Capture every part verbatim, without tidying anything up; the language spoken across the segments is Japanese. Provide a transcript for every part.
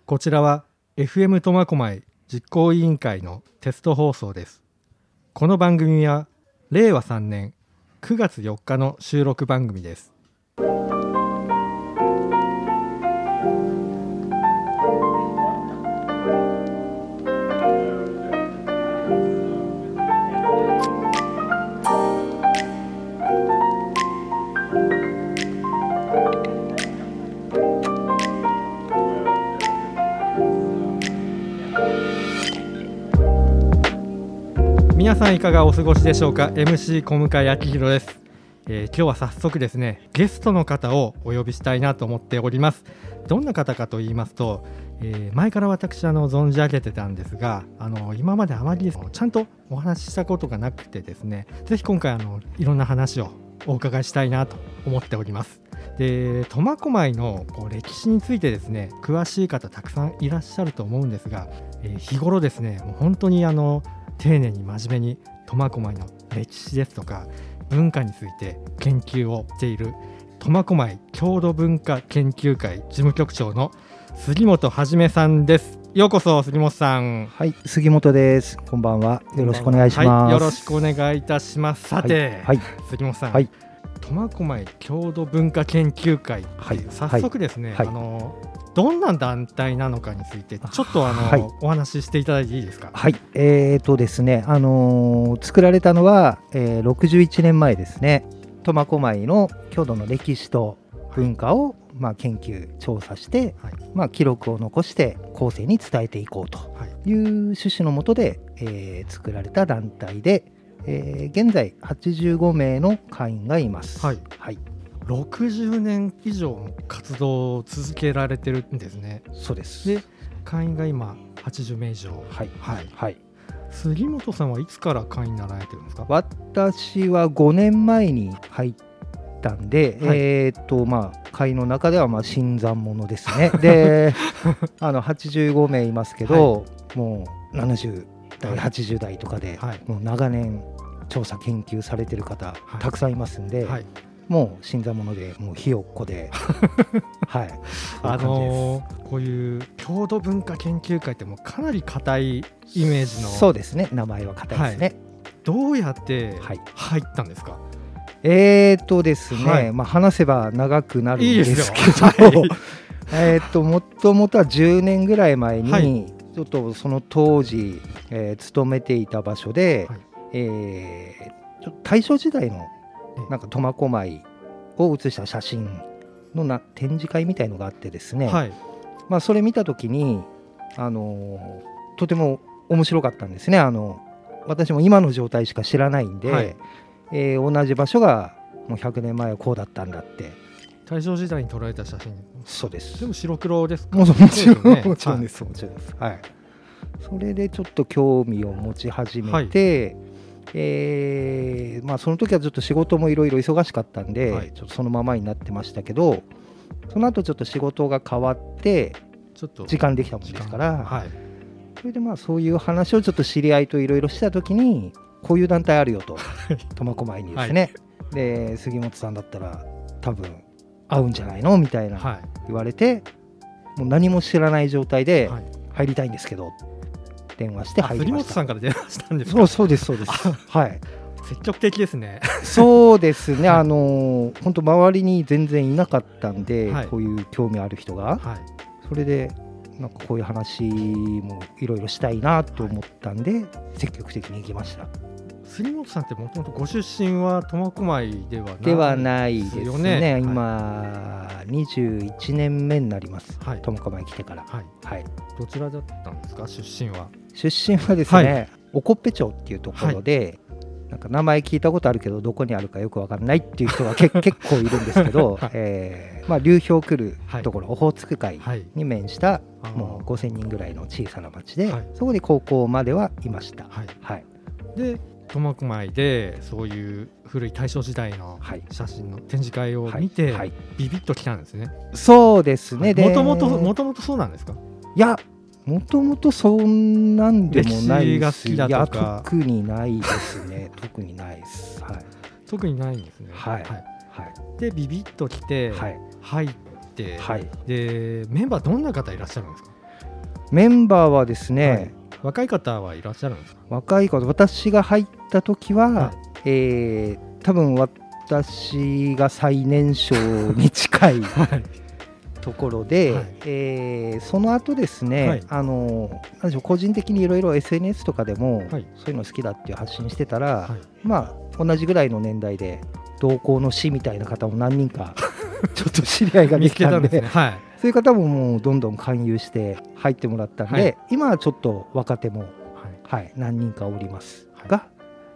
こちらは エフエム 苫小牧実行委員会のテスト放送です。この番組はれいわさんねんくがつよっかの収録番組です。皆さんいかがお過ごしでしょうか。 エムシー 小向井明宏です、えー、今日は早速ですねゲストの方をお呼びしたいなと思っております。どんな方かと言いますと、えー、前から私あの存じ上げてたんですが、あの今まであまりちゃんとお話ししたことがなくてですね、ぜひ今回あのいろんな話をお伺いしたいなと思っております。で、苫小牧のこう歴史についてですね詳しい方たくさんいらっしゃると思うんですが、えー、日頃ですねもう本当にあの丁寧に真面目に苫小牧の歴史ですとか文化について研究をしている苫小牧郷土文化研究会事務局長の杉本はじめさんです。ようこそ杉本さん。 はい、杉本です。こんばんは。よろしくお願いします。 はい、よろしくお願いいたします。さて、 はいはい、 杉本さん、 はい、 苫小牧郷土文化研究会、はい、早速ですね、はい、あのどんな団体なのかについてちょっとあの、はい、お話ししていただいていいですか。 はい、えーとですね、あのー、作られたのは、えー、ろくじゅういちねんまえですね。苫小牧の郷土の歴史と文化を、はい、まあ、研究調査して、はい、まあ、記録を残して後世に伝えていこうという趣旨のもとで、えー、作られた団体で、えー、現在はちじゅうごめいの会員がいます。 はい、はい、ろくじゅうねん以上活動を続けられてるんですね。 そうです。 で、会員が今はちじゅうめい以上。 はい、はいはい、 杉本さんはいつから会員になられてるんですか。 私はごねんまえに入ったんで、はい、えーとまあ、会の中ではまあ新参者ですね。であのはちじゅうごめいいますけど、はい、もうななじゅうだい、はい、はちじゅうだいとかで、はい、もう長年調査研究されてる方、はい、たくさんいますんで、はい、もう新参者でもうひよっこではい、 あのー、こういう郷土文化研究会ってもうかなり固いイメージの。 そうですね、名前は固いですね。はい、 どうやって入ったんですか。はい、 えーとですね、はい、まあ、話せば長くなるんですけど、はい、えーともともとはじゅうねんぐらい前に、はい、ちょっとその当時、えー、勤めていた場所で、はい、えー、ちょっと大正時代のなんか苫小牧を写した写真のな展示会みたいのがあってですね、はい、まあ、それ見たときに、あのー、とても面白かったんですね。あの私も今の状態しか知らないんで、はい、えー、同じ場所がもうひゃくねんまえはこうだったんだって。 大正時代に撮られた写真。 そうです。 でも白黒ですか。 もちろん、もちろんです、もちろんです、はい、それでちょっと興味を持ち始めて、はい、えーまあ、その時はちょっと仕事もいろいろ忙しかったんで、はい、ちょっとそのままになってましたけど、その後ちょっと仕事が変わってちょっと時間できたもんですから、はい、それでまあそういう話をちょっと知り合いといろいろした時に、こういう団体あるよと苫小牧にですね、はい、で杉本さんだったら多分合うんじゃないのみたいな言われて、はい、もう何も知らない状態で入りたいんですけど、電話して入りました。 杉本さんから電話したんですか。 そうそうですそうですはい、 積極的ですね。 そうですね、あの本当周りに全然いなかったんで、はい、こういう興味ある人が、はい、それでなんかこういう話もいろいろしたいなと思ったんで、はい、積極的に行きました。 杉本さんってもともとご出身は苫小牧ではないではないですね、 はい、 今、はい、にじゅういちねんめになります、はい、苫小牧来てから、はいはい、 どちらだったんですか出身は。 出身はですね、はい、興部町っていうところで、はい、なんか名前聞いたことあるけどどこにあるかよく分からないっていう人が結構いるんですけど、はい、えーまあ、流氷来るところ、はい、オホーツク海に面した、はい、もうごせんにんぐらいの小さな町で、はい、そこで高校まではいました。はいはい、 で苫小牧でそういう古い大正時代の写真の展示会を見て、はいはい、ビビッときたんですね。 そうですね。 もともともともとそうなんですか。 いや、もともとそんなんでもないです。 歴史が好きだとか。 いや、特にないですね。特にないです、はい、 特にないんですね。 はい、はいはい、 でビビッときて、はい、入って、はい、でメンバーどんな方いらっしゃるんですか。 メンバーはですね、はい、 若い方はいらっしゃるんですか？ 若い方、私が入った時は、はい、えー、多分私が最年少に近い、はいところで、はい、えー、その後ですね、はい、あのなんでしょう、個人的にいろいろ エスエヌエス とかでも、はい、そういうの好きだっていう発信してたら、はい、まあ同じぐらいの年代で同行の師みたいな方も何人かちょっと知り合いができたんで、ですね、はい、そういう方ももうどんどん勧誘して入ってもらったんで、はい、今はちょっと若手も、はいはい、何人かおりますが、はい、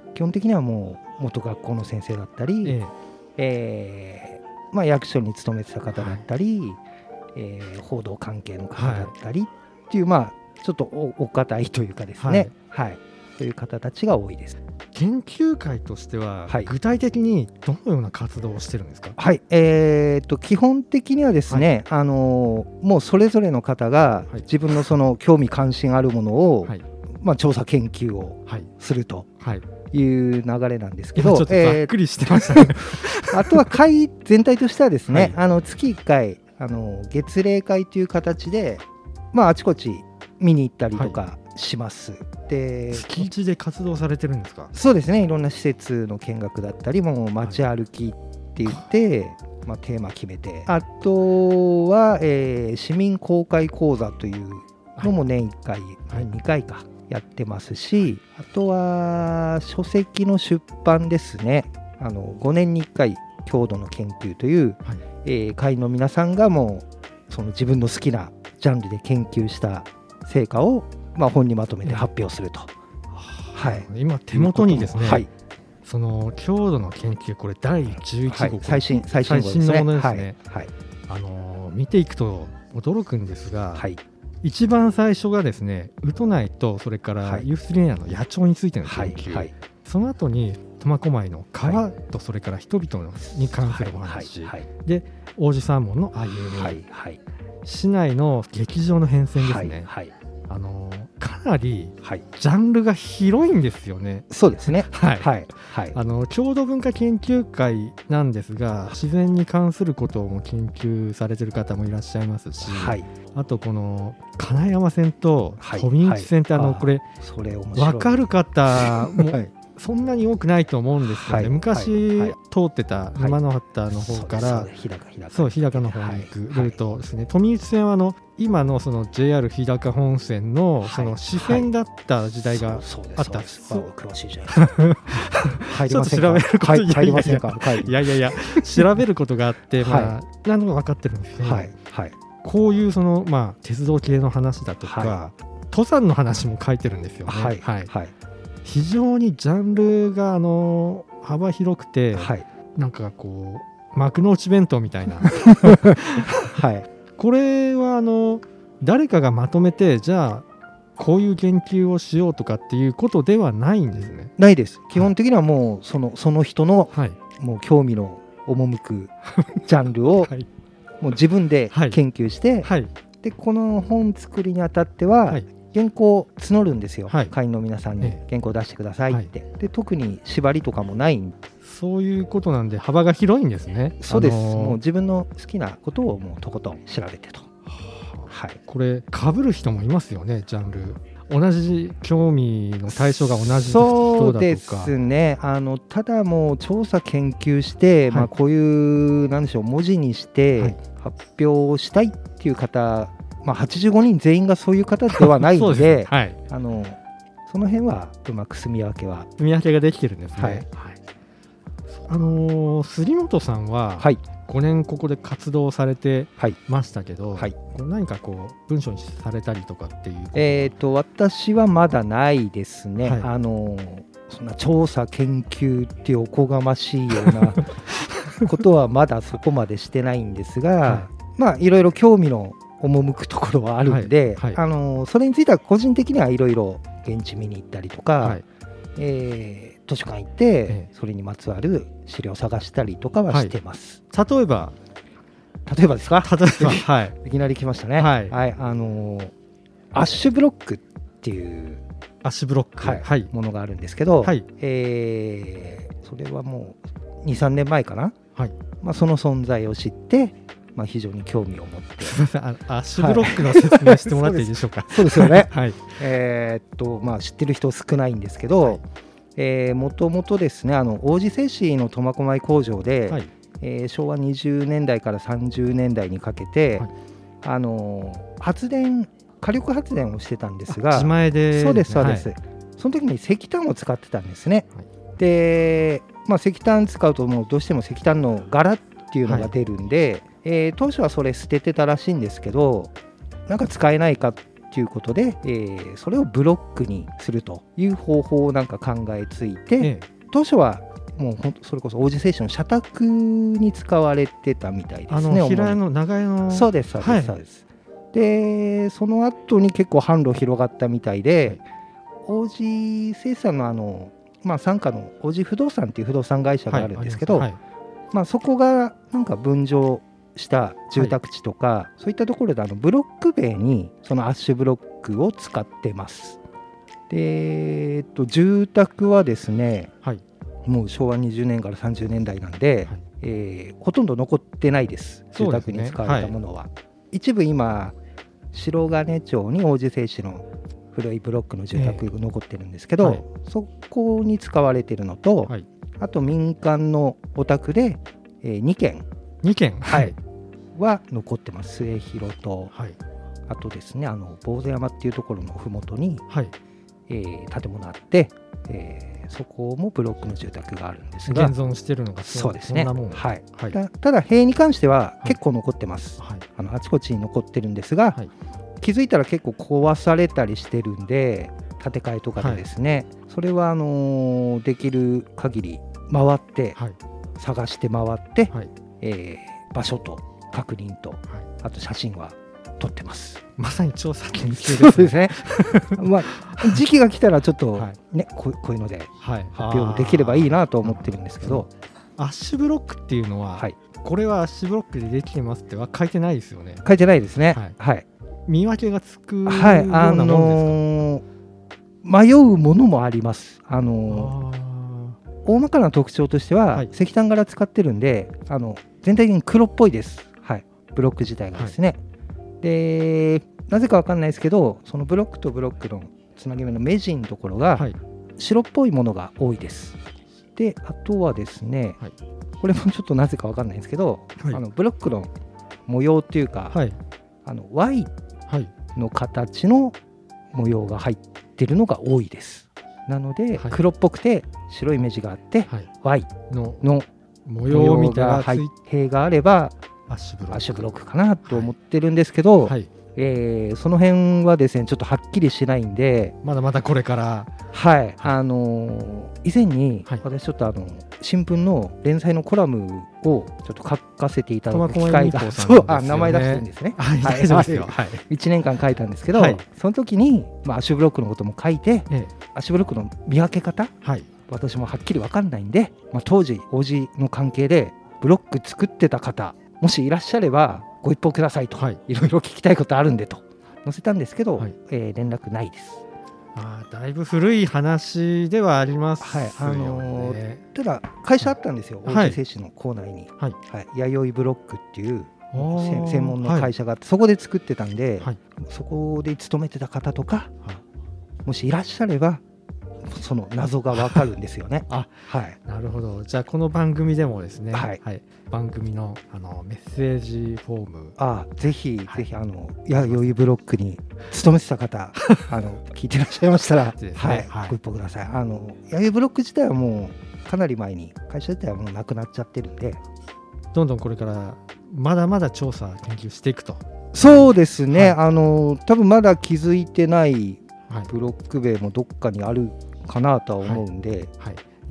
基本的にはもう元学校の先生だったり、えーえーまあ、役所に勤めてた方だったり、はい、えー、報道関係の方だったりっていう、はい、まあちょっと お, お堅いというかですね、はいはい、そういう方たちが多いです。 研究会としては、はい、具体的にどのような活動をしてるんですか？ はい、えー、と基本的にはですね、はい、あのー、もうそれぞれの方が自分のその興味関心あるものを、はい、まあ、調査研究をするという流れなんですけど、 今ちょっとざっくりしてましたね、 えー、あとは会全体としてはですね、はい、あの月いっかいあの月例会という形で、まあ、あちこち見に行ったりとかします、はい、で月いちで活動されてるんですか？ そうですね、いろんな施設の見学だったりも街歩きって言って、はい、まあ、テーマ決めて、あとは、えー、市民公開講座というのも年いっかい、はい、にかいかやってますし、あとは書籍の出版ですね、あのごねんにいっかい郷土の研究という、はい、えー、会員の皆さんがもうその自分の好きなジャンルで研究した成果を、まあ、本にまとめて発表すると、 はい、今手元にですね、はい、その郷土の研究、これだいじゅういちご、はい、最新最新号ですね、最新のものですね、はいはい、あのー、見ていくと驚くんですが、はい、一番最初がですね、ウトナイとそれからユースリネアの野鳥についての研究、はいはい、その後に苫小牧の川とそれから人々に関するお話、はいはいはい、で王子サーモンの歩み、はいはい、市内の劇場の変遷ですね、はいはい、あのかなりジャンルが広いんですよね。 そうですね、 はいはいはい、あの郷土文化研究会なんですが、自然に関することをも研究されている方もいらっしゃいますし、はい、あとこの金山線と富内線って、あのこれ分かる方もそんなに多くないと思うんですけどね、はい、昔、はい、通ってた沼の畑の方から、はい、日高日高そう日高の方に行くルートですね、はい、富内線はあの今のその ジェイアール 日高本線のその支線だった時代があったんです。 詳しいじゃないですか。ちょっと調べること、入りませんか？ いやいやいや調べることがあって、まあ何度も分かってるんですね。はいはい、こういうそのまあ鉄道系の話だとか、はい、登山の話も書いてるんですよね。はいはいはい、非常にジャンルがあの幅広くて、はい、なんかこう幕の内弁当みたいな、はい、これはあの誰かがまとめてじゃあこういう研究をしようとかっていうことではないんですね。 ないです。基本的にはもうその、その人の、はい、もう興味の赴くジャンルを、はい、もう自分で研究して、はい、でこの本作りにあたっては、はい、原稿を募るんですよ、はい、会員の皆さんに原稿を出してくださいって、はい、で特に縛りとかもないんで、 そういうことなんで幅が広いんですね。 そうです、あのー、もう自分の好きなことをもうとことん調べてと、 はい、これ被る人もいますよね、ジャンル同じ興味の対象が同じ人だとか。 そうですね、あのただもう調査研究して、はい、まあ、こういうなんでしょう文字にして発表したいっていう方、まあ、はちじゅうごにん全員がそういう方ではないの で, で、ね、はい、あのその辺はうまく住み分けは住み分けができてるんですね。はいはい、あのー、杉本さんはごねんここで活動されてましたけど、はいはい、何かこう文章にされたりとかっていう、 えーと私はまだないですね。はい、あのー、そんな調査研究っていうおこがましいようなことはまだそこまでしてないんですが、はい、まあいろいろ興味の赴くところはあるんで、はいはい、あのー、それについては個人的にはいろいろ現地見に行ったりとか、はい、えー、図書館行ってそれにまつわる資料を探したりとかはしてます。 はい、例えば例えばですか？ 例えば、はい、 いきなり来ましたね。はいはい、あのー、アッシュブロックっていうアッシュブロック、 はいはい、ものがあるんですけど、はい、えー、それはもう にさんねんまえかな、はい、まあ、その存在を知ってまあ、非常に興味を持ってすみません、あアッシュブロックの説明してもらっていいでしょうか。 そうですよね、 はい、 えーっとまあ、知ってる人少ないんですけど、 はい、 えー、もともとですねあの王子製紙の苫小牧工場で、はい、えー、しょうわにじゅうねんだいからさんじゅうねんだいにかけて、はい、あの発電火力発電をしてたんですが、 自前で、 そうですそうです、はい、その時に石炭を使ってたんですね、はい、で、まあ、石炭使うともうどうしても石炭の柄っていうのが出るんで、はい、えー、当初はそれ捨ててたらしいんですけど、なんか使えないかっていうことで、えー、それをブロックにするという方法をなんか考えついて、ええ、当初はもうほんとそれこそ王子製紙の社宅に使われてたみたいですね。あの平屋の長屋の、 そうですそうです、はい、そうです。でその後に結構販路広がったみたいで、はい、王子製紙のあの、まあ、傘下の王子不動産っていう不動産会社があるんですけど、はい、はい、まあ、そこがなんか分譲した住宅地とか、はい、そういったところであのブロック塀にそのアッシュブロックを使ってます。で、えっと、住宅はですね、はい、もうしょうわにじゅうねんからさんじゅうねんだいなんで、はい、えー、ほとんど残ってないです。住宅に使われたものは、はい、一部今白金町に王子製紙の古いブロックの住宅が残ってるんですけど、えーはい、そこに使われてるのと、はい、あと民間のお宅で、えー、にけんにけん、 はい、は残ってます。末広と、はい、あとですねあの坊主山っていうところのふもとに、はい、えー、建物あって、えー、そこもブロックの住宅があるんですが、 現存してるのがそう, そうですね、 そんなもん、 はいはい、た, ただ塀に関しては結構残ってます、はい、あのあちこちに残ってるんですが、はい、気づいたら結構壊されたりしてるんで、建て替えとかでですね、はい、それはあのー、できる限り回って、はい、探して回って、はい、えー、場所と確認と、はい、あと写真は撮ってます。 まさに調査研究ですね。 そうですねまあ、時期が来たらちょっと、ね、こ, こういうので発表できればいいなと思ってるんですけど、はい、 アッシュブロックっていうのは、はい、これはアッシュブロックでできてますっては書いてないですよね。 書いてないですね、はいはい、 見分けがつくようなもんですか。はい、あのー、迷うものもあります。あのー、大まかな特徴としては、はい、石炭柄使ってるんで、あの全体的に黒っぽいです、はい、ブロック自体がですね、はい、でなぜか分かんないですけど、そのブロックとブロックのつなぎ目の目地のところが白っぽいものが多いです。であとはですね、はい、これもちょっとなぜか分かんないんですけど、はい、あのブロックの模様っていうか、はい、あの Y の形の模様が入ってるのが多いです。なので、はい、黒っぽくて白い目地があって、はい、Y の模様が塀があればアッシュブロック、アッシュブロックかなと思ってるんですけど、はいはい、えー、その辺はですねちょっとはっきりしないんで、 まだまだこれからはい、あのー、以前に私ちょっとあの新聞の連載のコラムをちょっと書かせていただく機会が、そう、あ、名前出してるんですね、 はい、大丈夫ですよ、はい、 いちねんかん書いたんですけど、はい、その時に、まあ、アッシュブロックのことも書いて、ええ、アッシュブロックの見分け方、はい、私もはっきり分かんないんで、まあ、当時王子の関係でブロック作ってた方もしいらっしゃればご一報くださいと、はい、いろいろ聞きたいことあるんでと載せたんですけど、はい、えー、連絡ないです。 あ、だいぶ古い話ではありますよね。 はい、あのー、ただ会社あったんですよ、はい、王子製紙の構内に、はいはい、弥生ブロックっていう専門の会社があって、はい、そこで作ってたんで、はい、そこで勤めてた方とか、はい、もしいらっしゃればその謎がわかるんですよね。 あ、はい、なるほど。じゃあこの番組でもですね、はいはい、番組 の, あのメッセージフォーム、 あ、ぜひ、はい、ぜひあの弥生ブロックに勤めてた方あの聞いてらっしゃいましたら、ね、はい、はい、ご一報ください。あの弥生ブロック自体はもうかなり前に会社自体はもうなくなっちゃってるんで、 どんどんこれからまだまだ調査研究していくと。 そうですね、はい、あの多分まだ気づいてないブロック塀もどっかにあるかなとは思うんで、はいはい、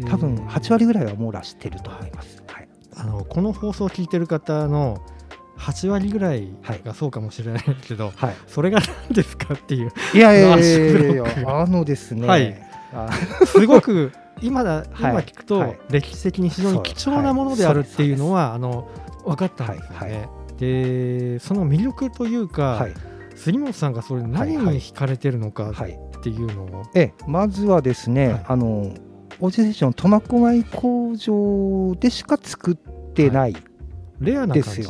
多分はちわりぐらいは網羅してると思います、はい、 あのこの放送を聞いてる方のはちわりぐらいがそうかもしれないけど、はい、それが何ですかっていう。 いやいやいやいやあのですね、はい、 すごく今だ今聞くと歴史的に非常に貴重なものであるっていうのはあの分かったんですよね、はいはい、でその魅力というか、はい、杉本さんがそれ何に惹かれてるのかっていうのを、はいはい、 えまずはですね、はい、あの王子製紙の苫小牧工場でしか作ってない、はい、 レアな感じ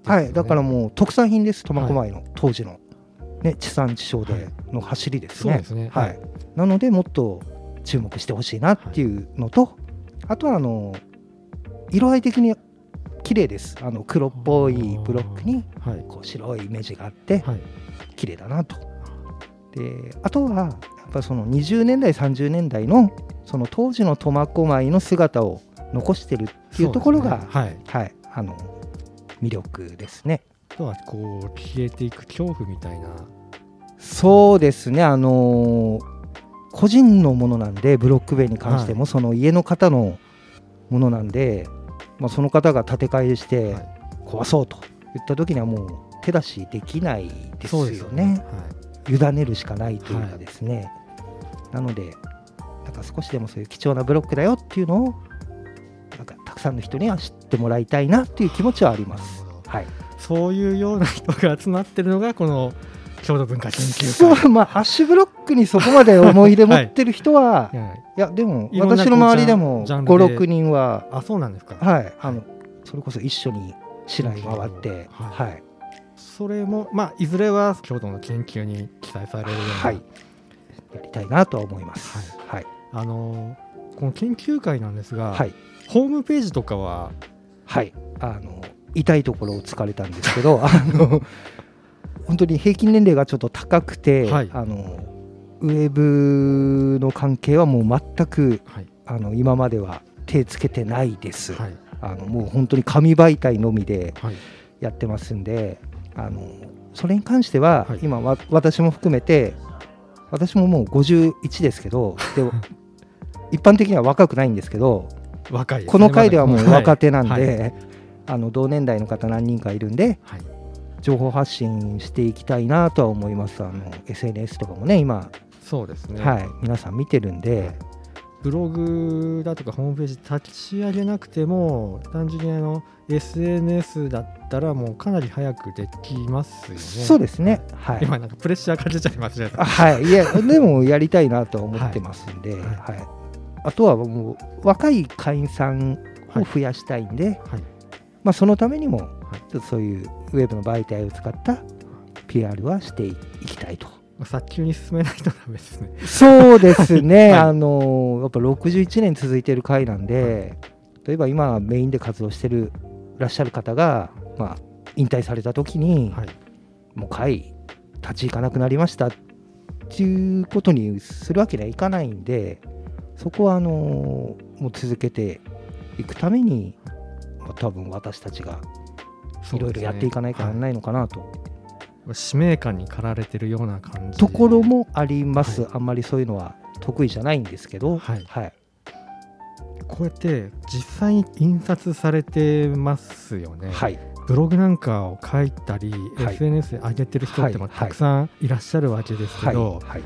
ね、 はい、だからもう特産品です苫小牧の、はい、当時の、ね、地産地消での走りですね、はい、そうですね、はい、なのでもっと注目してほしいなっていうのと、はい、あとはあの色合い的に綺麗です。あの黒っぽいブロックにこう白い目地があって綺麗だなと。であとはやっぱそのにじゅうねんだいさんじゅうねんだいのその当時の苫小牧の姿を残してるっていうところが、ね、はいはい、あの魅力ですね。 あとはこう消えていく恐怖みたいな。 そうですね、あの個人のものなんでブロック塀に関しても、はい、その家の方のものなんで、まあ、その方が建て替えして壊そうと言った時にはもう手出しできないですよね。委ねるしかないというかですね、はい、なのでなんか少しでもそういう貴重なブロックだよっていうのをなんかたくさんの人には知ってもらいたいなっていう気持ちはあります、はい、 そういうような人が集まってるのがこの郷土文化研究会。 そう、まあ、アッシュブロックにそこまで思い入れ持ってる人は、はいはい、いやでも私の周りでもご、ろくにんは、 あ、そうなんですか、 はい、あのそれこそ一緒に市内回って、はいはい、 それも、まあ、いずれは郷土の研究に記載されるような、 はい、やりたいなとは思います、はいはい、 あのこの研究会なんですが、はい、ホームページとかは、 はい、あの痛いところをつかれたんですけどあの本当に平均年齢がちょっと高くて、はい、あのウェブの関係はもう全く、はい、あの今までは手つけてないです、はい、あのもう本当に紙媒体のみでやってますんで、はい、あのそれに関しては、はい、今わ私も含めて私ももうごじゅういちですけどで一般的には若くないんですけど若いですね、 この回ではもう若手なんで、はいはい、あの同年代の方何人かいるんで、はい、情報発信していきたいなとは思います。あの エスエヌエス とかもね今そうですね、 はい、皆さん見てるんで、はい、 ブログだとかホームページ立ち上げなくても単純にあの エスエヌエス だったらもうかなり早くできますよね。 そうですね、はい、 今なんかプレッシャー感じちゃいますね。 はい、いやでもやりたいなと思ってますんで、はいはい、あとはもう若い会員さんを増やしたいんで、はいはい、まあ、そのためにもちょっとそういうウェブの媒体を使った ピーアール はしていきたいと。 早急に進めないとダメですね。 そうですね、はい、あのやっぱろくじゅういちねん続いてる会なんで、はい、例えば今メインで活動してるらっしゃる方が、まあ、引退された時に、はい、もう会立ち行かなくなりましたっていうことにするわけにはいかないんで、そこはあのもう続けていくために、まあ、多分私たちがいろいろやっていかないとならないのかなと、 使命感に駆られてるような感じところもあります、はい、あんまりそういうのは得意じゃないんですけど、はいはい、 こうやって実際に印刷されてますよね、はい、ブログなんかを書いたり、はい、エスエヌエス で上げてる人ってもたくさんいらっしゃるわけですけど、はいはいはい、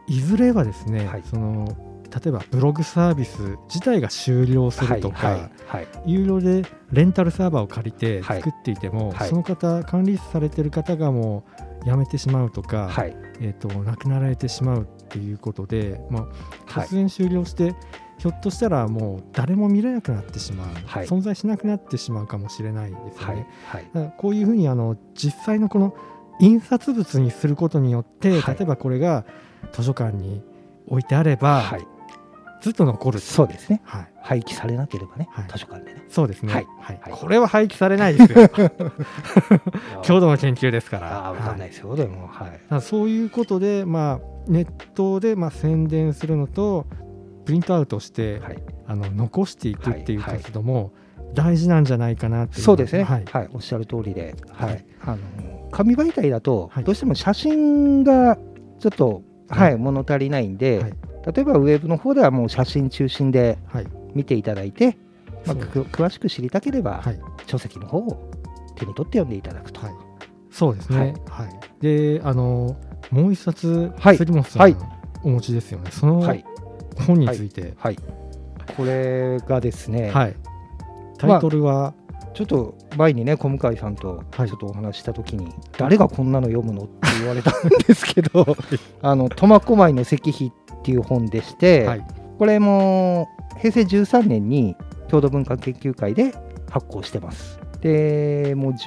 いずれはですね、はい、その例えばブログサービス自体が終了するとか、はいはいはい、有料でレンタルサーバーを借りて作っていても、はい、その方管理されてる方がもう辞めてしまうとか、はい、えーと、亡くなられてしまうっていうことで、まあ、突然終了して、はい、ひょっとしたらもう誰も見れなくなってしまう、はい、存在しなくなってしまうかもしれないですよね、はいはい、だからこういうふうにあの実際のこの印刷物にすることによって、はい、例えばこれが図書館に置いてあれば、はい、ずっと残る。 そうですね、はい、廃棄されなければね、はい、図書館でね。 そうですね、はいはいはい、これは廃棄されないですよ郷土の研究ですから。 あ、分かんないですよ、はい、でも、はい、 だそういうことで、まあ、ネットでまあ宣伝するのとプリントアウトして、はい、あの残していくっていう活動も大事なんじゃないかなっていう。 そうですね、はいはい、おっしゃる通りで、はい、あの紙媒体だとどうしても写真がちょっと、はいはい、物足りないんで、はい、例えばウェブの方ではもう写真中心で見ていただいて、はい、まあ、詳しく知りたければ、はい、書籍の方を手に取って読んでいただくと、はい、 そうですね、はいはい、であのもう一冊、はい、杉本さん、はい、お持ちですよね。その本について、はいはいはい、これがですね、 はい、タイトルは、まあ、 ちょっと前にね小向井さんとちょっとお話したときに、はい、誰がこんなの読むのって言われたんですけどあの苫小牧の石碑っていう本でして、はい、これもへいせいじゅうさんねんに郷土文化研究会で発行してます。でもうじゅう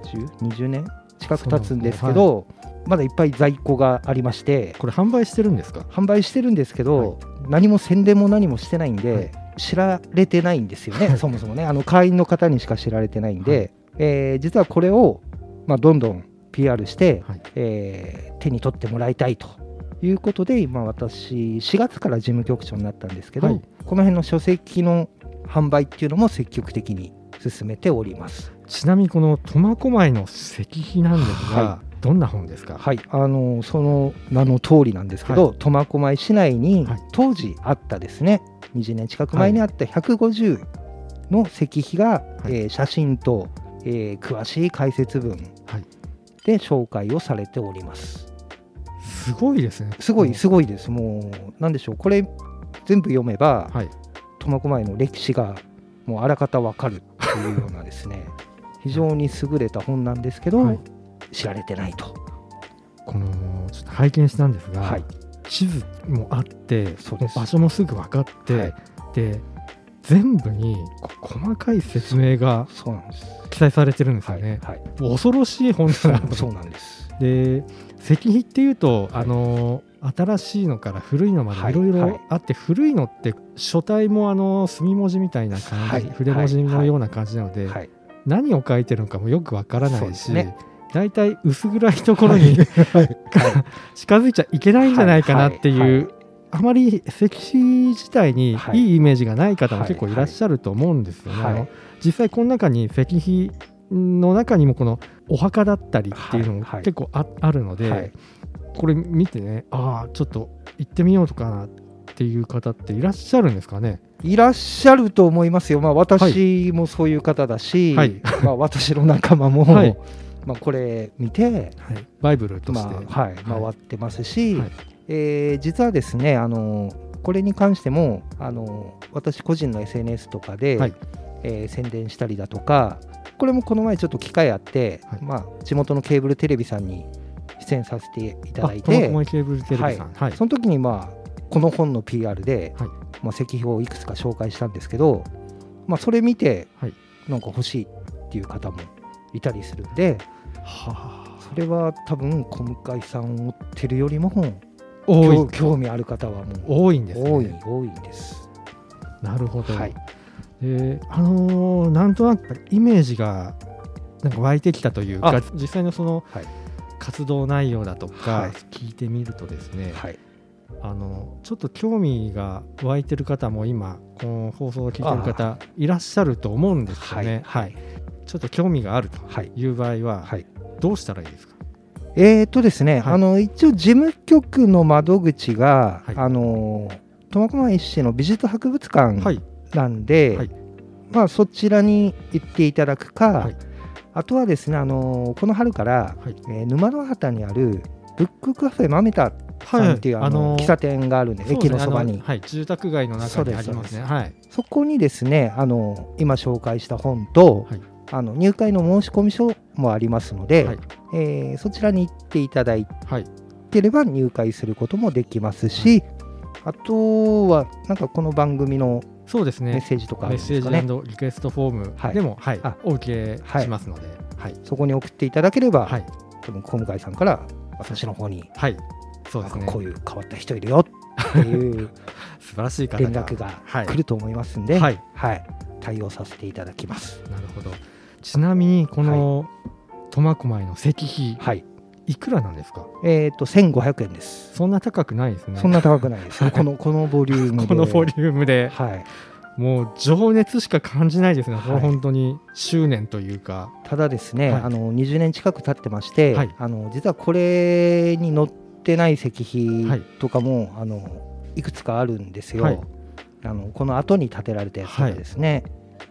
じゅう、にじゅうねん近く経つんですけど、はい、まだいっぱい在庫がありまして。 これ販売してるんですか？ 販売してるんですけど、はい、何も宣伝も何もしてないんで、はい、知られてないんですよね、はい、そもそもね、あの会員の方にしか知られてないんで、はい、えー、実はこれを、まあ、どんどん ピーアール して、はい、えー、手に取ってもらいたいということで、今私しがつから事務局長になったんですけど、はい、この辺の書籍の販売っていうのも積極的に進めております。 ちなみにこの苫小牧の石碑なんですが、はい、どんな本ですか？ はい、あのその名の通りなんですけど、はい、苫小牧市内に当時あったですね、にじゅうねん近く前にあったひゃくごじゅうの石碑が、はい、えー、写真と、えー、詳しい解説文で紹介をされております。 すごいですね。 すごいすごいです。もうなんでしょう、これ全部読めば、はい、苫小牧の歴史がもうあらかたわかるというようなですね非常に優れた本なんですけど、はい、知られてないと。 このちょっと拝見したんですが、はい、地図もあって、場所もすぐ分かって、はい、で全部に細かい説明が記載されてるんですよね。はいはい、恐ろしい本だな。 そうなんです。 で石碑っていうと、はい、あの新しいのから古いのまでいろいろあって、はい、古いのって書体もあの墨文字みたいな感じ、はい、筆文字のような感じなので、はいはい、何を書いてるのかもよくわからないし、だいたい薄暗いところに、はい、近づいちゃいけないんじゃないかなっていう、はいはいはい、あまり石碑自体にいいイメージがない方も結構いらっしゃると思うんですよね。はいはい、実際この中に石碑の中にもこのお墓だったりっていうのも結構 あ,、はい、あるので、はい、これ見てね、ああちょっと行ってみようとかなっていう方っていらっしゃるんですかね？ いらっしゃると思いますよ。まあ、私もそういう方だし、はい、まあ、私の仲間も、はい、まあ、これ見て、はい、 バイブルとして、 まあはい、回ってますし、はい、えー、実はですね、あのこれに関してもあの私個人の エスエヌエス とかで、はい、えー、宣伝したりだとか、これもこの前ちょっと機会あって、はい、まあ、地元のケーブルテレビさんに出演させていただいて、 苫小牧ケーブルテレビさん、はいはい、その時に、まあ、この本の ピーアール で、はい、まあ、石碑をいくつか紹介したんですけど、まあ、それ見て、はい、なんか欲しいっていう方もいたりするんで、はあ、それは多分小向さんを追ってるよりも興, 興味ある方はもう多いんですね。 多い多いんです。 なるほど。はい、であのー、なんとなくイメージがなんか湧いてきたというか、実際のその、はい、活動内容だとか聞いてみるとですね、はい、あのちょっと興味が湧いてる方も今この放送を聞いてる方いらっしゃると思うんですよね。はいはい、ちょっと興味があるという場合はどうしたらいいですか？ えーとですね、はい、あの一応事務局の窓口が、はい、あの苫小牧市の美術博物館なんで、はいはい、まあ、そちらに行っていただくか、はい、あとはですね、あのこの春から、はい、えー、沼の畑にあるブックカフェまめたさんっていう、はい、あの喫茶店があるんで、駅のそばに、 はい、住宅街の中にありますね。はい、 そこにですね、あの今紹介した本と、はい、あの入会の申し込み書もありますので、はい、えー、そちらに行っていただいければ入会することもできますし、はい、あとはなんかこの番組のそうですね、 メッセージとかあるんですかね。 メッセージ&リクエストフォームでも、はいはい、お受けしますので、 はい、そこに送っていただければ、はい、多分小向さんから私の方に、はい、そうですね、こういう変わった人いるよっていう素晴らしい方連絡が来ると思いますんで、はいはい、対応させていただきます。 なるほど。ちなみにこの苫小牧の石碑、はい、いくらなんですか？ えーとせんごひゃくえんです。 そんな高くないですね。 そんな高くないですこのこのボリュームでこのボリュームで、はい、もう情熱しか感じないですね。はい、本当に執念というか。 ただですね、はい、あのにじゅうねん近く経ってまして、はい、あの実はこれに載ってない石碑とかも、はい、あのいくつかあるんですよ。はい、あのこの後に建てられたやつとかですね。はい、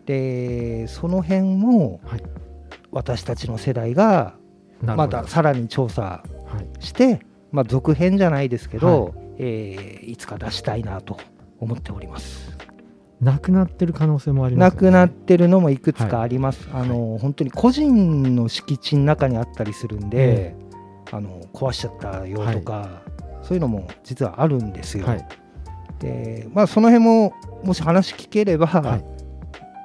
でその辺も、はい、私たちの世代がまたさらに調査して、はい、まあ、続編じゃないですけど、はい、えー、いつか出したいなと思っております。 なくなってる可能性もありますよね。 なくなってるのもいくつかあります。はい、あの本当に個人の敷地の中にあったりするんで、うん、あの壊しちゃったよとか、はい、そういうのも実はあるんですよ。はい、でまあ、その辺ももし話聞ければ、はい、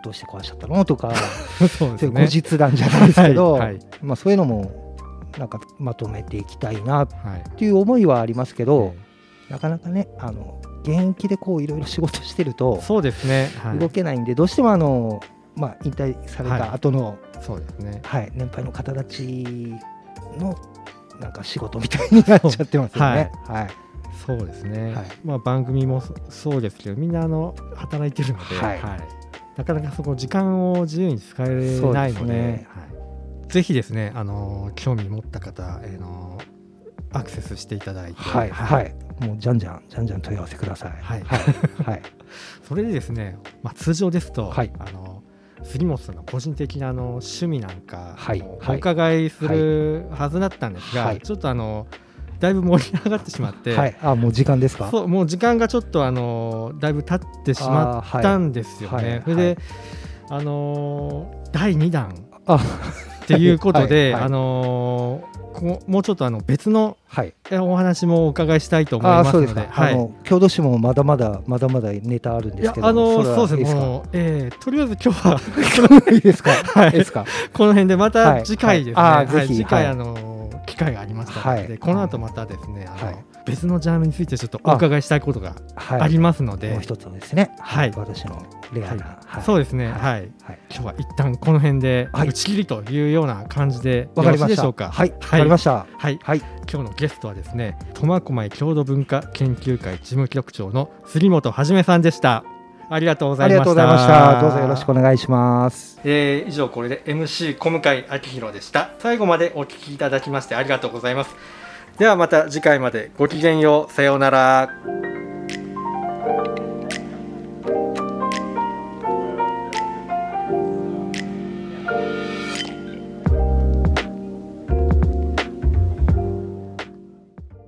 どうして壊しちゃったのとかそうですね、 後日談じゃないですけど、 はいはい、 まあ、そういうのもなんかまとめていきたいなっていう思いはありますけど、はい、なかなかねあの現役でこういろいろ仕事してるとそうですね、はい、 動けないんでどうしてもあの、まあ、引退された後の、 はい、そうですね、 はい、年配の方たちのなんか仕事みたいになっちゃってますよね。はいはい、 そうですね、はい、まあ、番組もそうですけどみんなあの働いてるので、はいはい、なかなかそこ時間を自由に使えないので、ね、はい、ぜひですねあの興味持った方、えー、のアクセスしていただいて、 はいはい、もうじゃんじゃんじゃんじゃん問い合わせください。はいはいはい、それでですね、まあ、通常ですと、はい、あの杉本さんの個人的なあの趣味なんかお伺いするはずだったんですが、はいはい、ちょっとあのだいぶ盛り上がってしまって、はい、 あもう時間ですか。 そうもう時間がちょっとあのだいぶ経ってしまったんですよね。はいはい、それで、あのー、だいにだんっていうことで、はいはい、あのーこもうちょっとあの別のお話もお伺いしたいと思いますので、はい、 ああの郷土史もまだまだまだまだネタあるんですけど、 あのそうですね、もう、えー、とりあえず今日はいいですか、はい、ですかこの辺でまた次回ですね、 はいはい、 次回あの機会がありましたので、はい、この後またですねあの、はい、別のジャンルについてちょっとお伺いしたいことがありますので、はい、 もう一つですね、はい、私のレアな、はいはい、そうですね、はいはい、今日は一旦この辺で打ち切りというような感じでよろしいでしょうか。 はい、わかりました。 はい、はい、今日のゲストはですね苫小牧郷土文化研究会事務局長の杉本一さんでした。ありがとうございました。 ありがとうございました。どうぞよろしくお願いします。 えー、以上これで エムシー 小向井明宏でした。最後までお聞きいただきましてありがとうございます。ではまた次回までごきげんよう、さようなら。